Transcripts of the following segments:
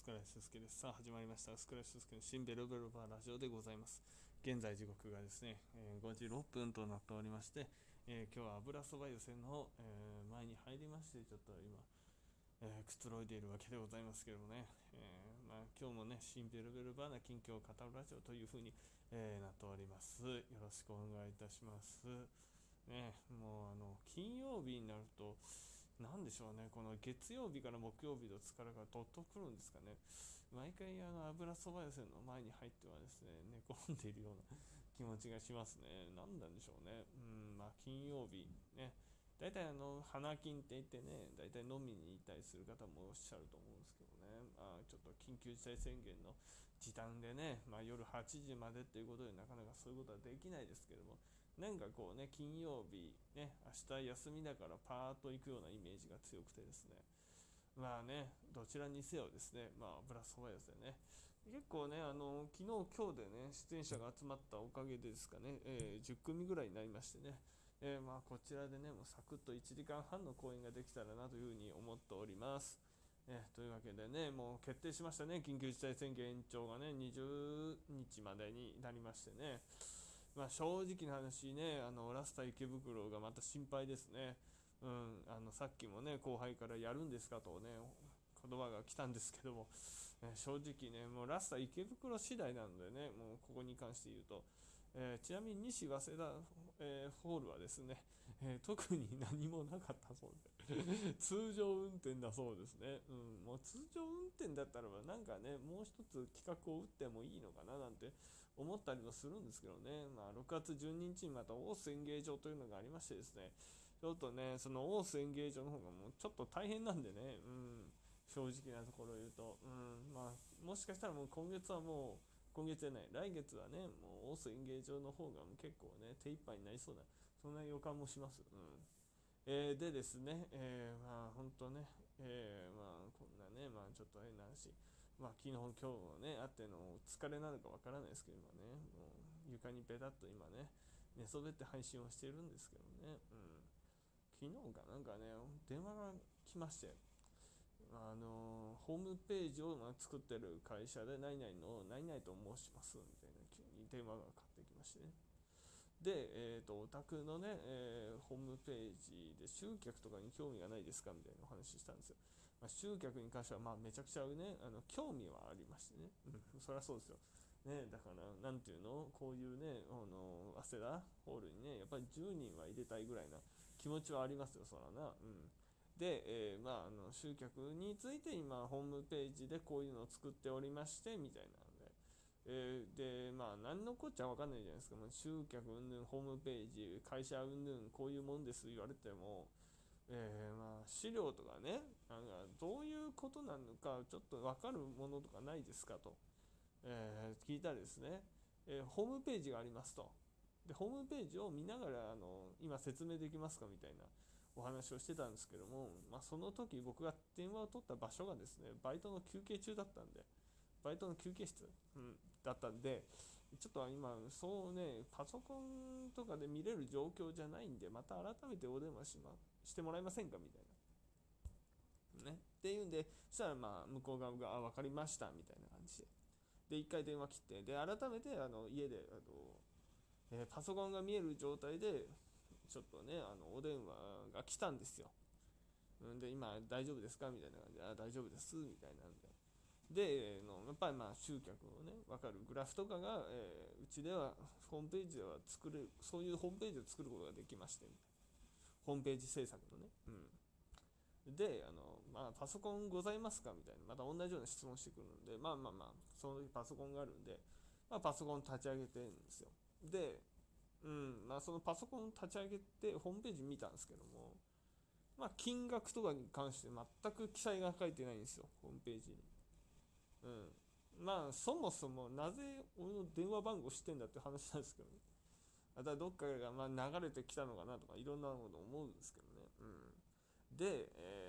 薄倉俊介です。さあ始まりました。薄倉俊介の新ベロベロバーラジオでございます。現在時刻がですね、5時6分となっておりまして、今日は油そば寄せの、前に入りまして、ちょっと今、くつろいでいるわけでございますけどもね、今日もね、新ベロベロバーな近況を語るラジオというふうに、なっております。よろしくお願いいたします。ね、もう金曜日になると、なんでしょうね、この月曜日から木曜日の疲れがどっとくるんですかね。毎回油そば寄せの前に入ってはですね、寝転んでいるような気持ちがしますね。なんなんでしょうね。金曜日ね。大体花金って言ってね、大体飲みに行ったりする方もおっしゃると思うんですけどね、ちょっと緊急事態宣言の時短でね、夜8時までっていうことでなかなかそういうことはできないですけども、なんかこうね、金曜日ね、明日休みだからパーッと行くようなイメージが強くてですね、どちらにせよですね、油そば屋ですよね。結構ね、昨日、今日でね、出演者が集まったおかげでですかね、10組ぐらいになりましてね、こちらでね、もうサクッと1時間半の公演ができたらなというふうに思っております。というわけでね、もう決定しましたね、緊急事態宣言延長がね、20日までになりましてね、正直な話ね、ラスタ池袋がまた心配ですね。さっきもね、後輩からやるんですかとね、言葉が来たんですけども、正直ね、もうラスタ池袋次第なのでね、もうここに関して言うと、ちなみに西早稲田、ホールはですね、特に何もなかったそうで通常運転だそうですね。もう通常運転だったらばなんかね、もう一つ企画を打ってもいいのかななんて思ったりもするんですけどね、6月12日にまた大須演芸場というのがありましてですね、ちょっとね、その大須演芸場の方がもうちょっと大変なんでね、正直なところを言うと、もしかしたらもう今月はもう、今月じゃない、来月はね、もう大須演芸場の方が結構ね、手一杯になりそうな、そんな予感もします。でですね、本当ね、こんなね、ちょっと変な話、昨日、今日もね、あっての疲れなのかわからないですけど、今ね、もう床にペタッと今ね、寝そべって配信をしているんですけどね、昨日かなんかね、電話が来まして、ホームページを作ってる会社で何々の何々と申しますみたいな急に電話がかかってきましてね。で、お宅のね、ホームページで集客とかに興味がないですかみたいなお話したんですよ。集客に関してはめちゃくちゃね、興味はありましてね。そりゃそうですよ。ね、だから、なんていうの、こういうね、早稲田ホールにね、やっぱり10人は入れたいぐらいな気持ちはありますよ、そらな。で、集客について今、ホームページでこういうのを作っておりまして、みたいなので、何のこっちゃ分かんないじゃないですか。集客云々、ホームページ、会社云々、こういうもんです言われても、資料とかね、なんかどういうことなのか、ちょっと分かるものとかないですかと、聞いたらですね、ホームページがありますと。で、ホームページを見ながら、今説明できますかみたいなお話をしてたんですけども、その時僕が電話を取った場所がですね、バイトの休憩中だったんで、バイトの休憩室、だったんで、ちょっと今、そうね、パソコンとかで見れる状況じゃないんで、また改めてお電話してもらえませんかみたいな。ね。っていうんで、そしたら向こう側が、分かりました、みたいな感じで。で、一回電話切って、で、改めて、家で、パソコンが見える状態で、ちょっとね、お電話が来たんですよ。で、今、大丈夫ですかみたいな感じで、大丈夫です、みたいなんで。で、やっぱり集客をね、分かるグラフとかが、うちでは、ホームページでは作れる、そういうホームページを作ることができまして、ホームページ制作のね。で、パソコンございますかみたいな、また同じような質問してくるので、そういうパソコンがあるんで、パソコン立ち上げてるんですよ。で、そのパソコン立ち上げて、ホームページ見たんですけども、金額とかに関して全く記載が書いてないんですよ、ホームページに。うん。そもそもなぜ俺の電話番号知ってんだって話なんですけどね。だからどっかが流れてきたのかなとかいろんなこと思うんですけどね。で、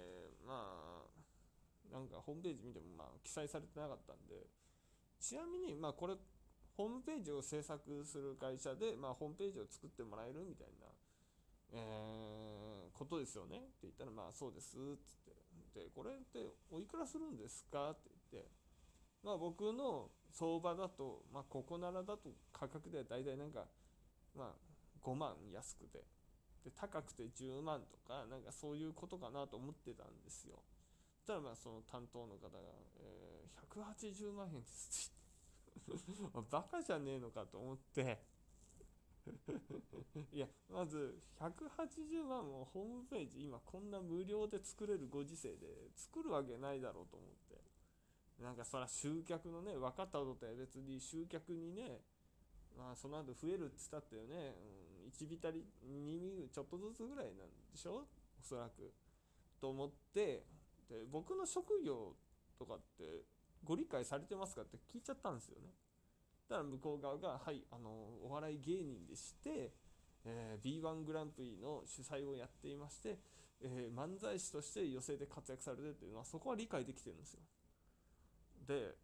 なんかホームページ見ても記載されてなかったんで、ちなみにこれホームページを制作する会社で、ホームページを作ってもらえるみたいな、ことですよねって言ったら、そうですっつって、でこれっておいくらするんですかって言って、 まあ僕の相場だと、まあここならだと価格ではだいたいなんか、まあ5万安くて、で高くて10万とか、なんかそういうことかなと思ってたんですよ。そしたらまあその担当の方が、180万円ですってバカじゃねえのかと思っていや、まず180万もホームページ今こんな無料で作れるご時世で作るわけないだろうと思って、なんかそら集客のね、分かったことは別に集客にね、まあその後増えるって言ったってよね、1ビタリ2ミリちょっとずつぐらいなんでしょ、おそらく。と思って、で僕の職業とかってご理解されてますかって聞いちゃったんですよね。だから向こう側が、はい、お笑い芸人でして、B1 グランプリの主催をやっていまして、漫才師として寄席で活躍されてるっていうのは、そこは理解できてるんですよ。で、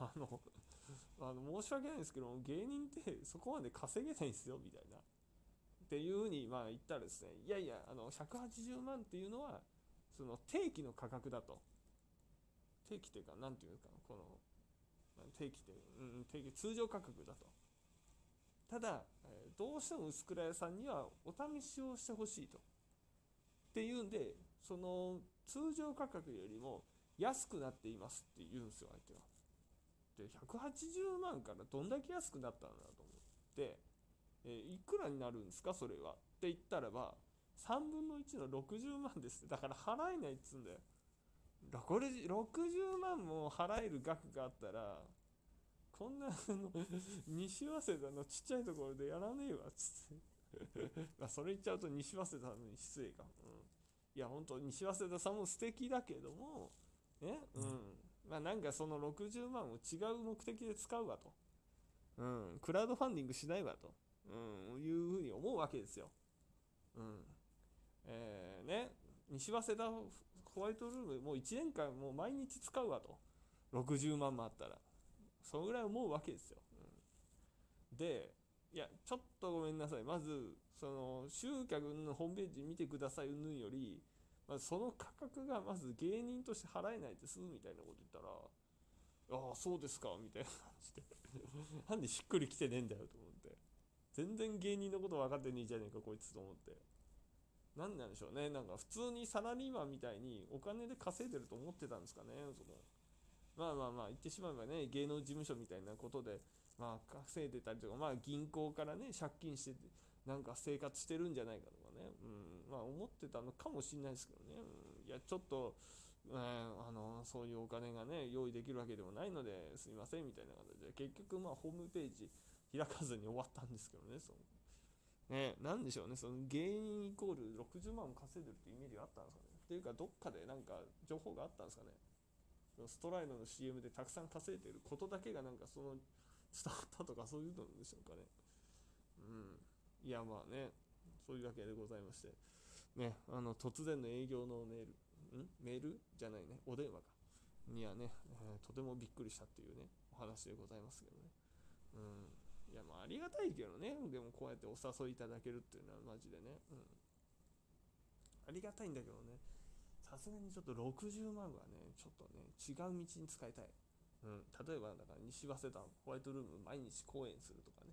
申し訳ないんですけど、芸人ってそこまで稼げないんですよ、みたいな。っていうふうにまあ言ったらですね、いやいや、180万っていうのは、その定期の価格だと。定期というか、なんていうか、この、定期って、定期、通常価格だと。ただ、どうしても薄倉屋さんにはお試しをしてほしいと。っていうんで、その通常価格よりも安くなっていますって言うんですよ、相手は。で、180万からどんだけ安くなったんだと思って、いくらになるんですか、それは。って言ったらば、3分の1の60万ですって。だから払えないっつうんだよ。これ60万も払える額があったら、こんな西早稲田のちっちゃいところでやらねえわっつってまあそれ言っちゃうと西早稲田のに失礼か、いや本当西早稲田さんも素敵だけどもね、まあなんかその60万を違う目的で使うわと、クラウドファンディングしないわと、いうふうに思うわけですよ。うんね、西早稲田ホワイトルームもう1年間もう毎日使うわと、60万もあったらそのぐらい思うわけですよ。で、いや、ちょっとごめんなさい。まず、その、集客のホームページ見てください、うんぬんより、まずその価格がまず芸人として払えないです、みたいなこと言ったら、ああ、そうですか、みたいな感じでなんでしっくりきてねえんだよ、と思って。全然芸人のこと分かってねえじゃねえか、こいつと思って。なんなんでしょうね。なんか普通にサラリーマンみたいにお金で稼いでると思ってたんですかね。そのまあまあまあ言ってしまえばね、芸能事務所みたいなことでまあ稼いでたりとか、まあ銀行からね借金してなんか生活してるんじゃないかとかね、まあ思ってたのかもしれないですけどね、いやちょっと、そういうお金がね用意できるわけでもないのですいませんみたいな形で結局まあホームページ開かずに終わったんですけどね、なんでしょうね、その芸人イコール60万も稼いでるってイメージがあったんですかね。っていうかどっかでなんか情報があったんですかね。ストライドの CM でたくさん稼いでることだけがなんかその伝わったとかそういうのでしょうかね。いやまあね、そういうわけでございまして、ね、突然の営業のメールじゃないね、お電話か。にはね、とてもびっくりしたっていうね、お話でございますけどね。いやまあありがたいけどね、でもこうやってお誘いいただけるっていうのはマジでね、ありがたいんだけどね、さすがにちょっと60万はね、ちょっとね、違う道に使いたい。例えば、だから西早稲田ホワイトルーム毎日公演するとかね。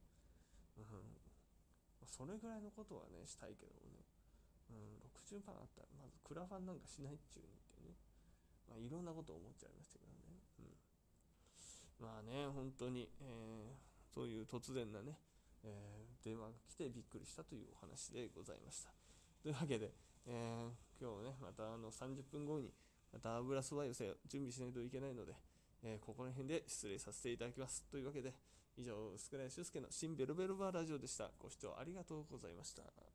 それぐらいのことはね、したいけどもね。60万あったら、まずクラファンなんかしないっちゅうにってね。まあ、いろんなことを思っちゃいましたけどね。まあね、本当に、そういう突然なね、電話が来てびっくりしたというお話でございました。というわけで、今日ね、また30分後に、また油そば寄せを準備しないといけないので、ここら辺で失礼させていただきます。というわけで、以上、薄倉俊介の新ベルベルバーラジオでした。ご視聴ありがとうございました。